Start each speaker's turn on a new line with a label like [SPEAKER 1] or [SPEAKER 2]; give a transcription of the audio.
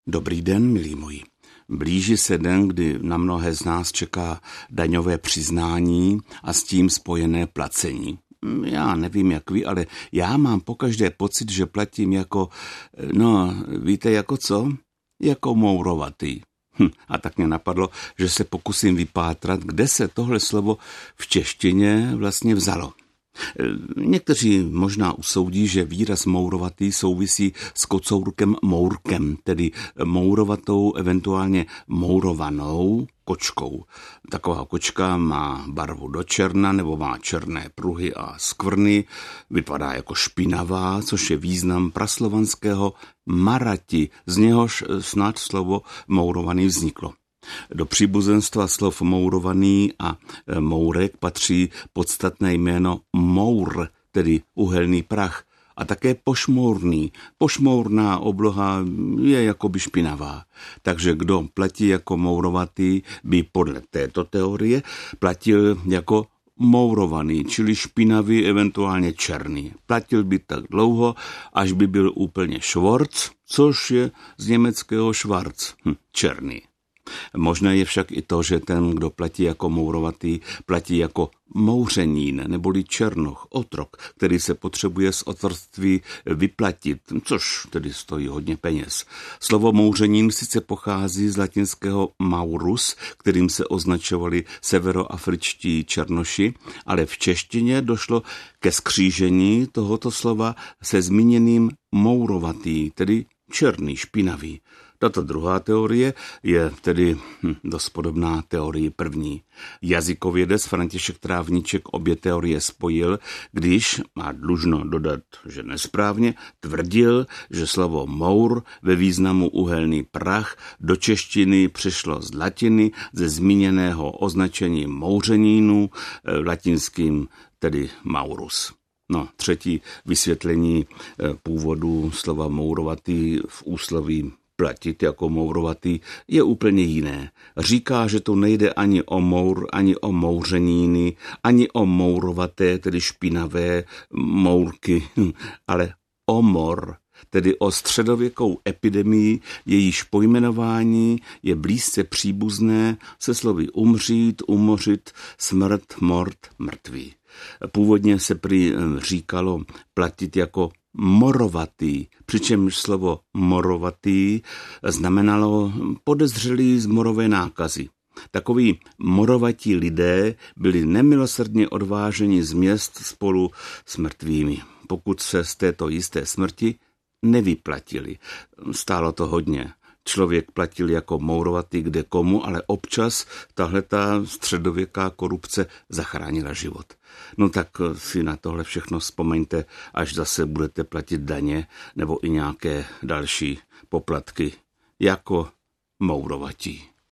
[SPEAKER 1] Dobrý den, milí moji. Blíží se den, kdy na mnohé z nás čeká daňové přiznání a s tím spojené placení. Já nevím, jak vy, ale já mám pokaždé pocit, že platím jako, víte jako co? Jako mourovatý. A tak mě napadlo, že se pokusím vypátrat, kde se tohle slovo v češtině vlastně vzalo. Někteří možná usoudí, že výraz mourovatý souvisí s kocourkem mourkem, tedy mourovatou, eventuálně mourovanou kočkou. Taková kočka má barvu do černa nebo má černé pruhy a skvrny, vypadá jako špinavá, což je význam praslovanského marati, z něhož snad slovo mourovaný vzniklo. Do příbuzenstva slov mourovaný a mourek patří podstatné jméno mour, tedy uhelný prach, a také pošmourný. Pošmourná obloha je jakoby špinavá. Takže kdo platí jako mourovatý, by podle této teorie platil jako mourovaný, čili špinavý, eventuálně černý. Platil by tak dlouho, až by byl úplně švorc, což je z německého švarc, černý. Možné je však i to, že ten, kdo platí jako mourovatý, platí jako mouřenín, neboli černoch, otrok, který se potřebuje z otroctví vyplatit, což tedy stojí hodně peněz. Slovo mouřenín sice pochází z latinského maurus, kterým se označovali severoafričtí černoši, ale v češtině došlo ke skřížení tohoto slova se zmíněným mourovatý, tedy černý, špinavý. Tato druhá teorie je tedy dost podobná teorii první. Jazykovědec František Trávníček obě teorie spojil, když, má dlužno dodat, že nesprávně, tvrdil, že slovo mour ve významu uhelný prach do češtiny přešlo z latiny ze zmíněného označení mouřenínů, latinským tedy maurus. Třetí vysvětlení původu slova mourovatý v úsloví platit jako mourovatý je úplně jiné. Říká, že to nejde ani o mour, ani o mouřeníny, ani o mourovaté, tedy špinavé mourky, ale o mor, tedy o středověkou epidemii, jejíž pojmenování je blízce příbuzné se slovy umřít, umořit, smrt, mort, mrtvý. Původně se prý říkalo platit jako morovatý, přičemž slovo morovatý znamenalo podezřelý z morové nákazy. Takoví morovatí lidé byli nemilosrdně odváženi z měst spolu s mrtvými, pokud se z této jisté smrti nevyplatili. Stálo to hodně. Člověk platil jako mourovatý kde komu, ale občas tahleta středověká korupce zachránila život. Tak si na tohle všechno vzpomeňte, až zase budete platit daně nebo i nějaké další poplatky jako mourovatí.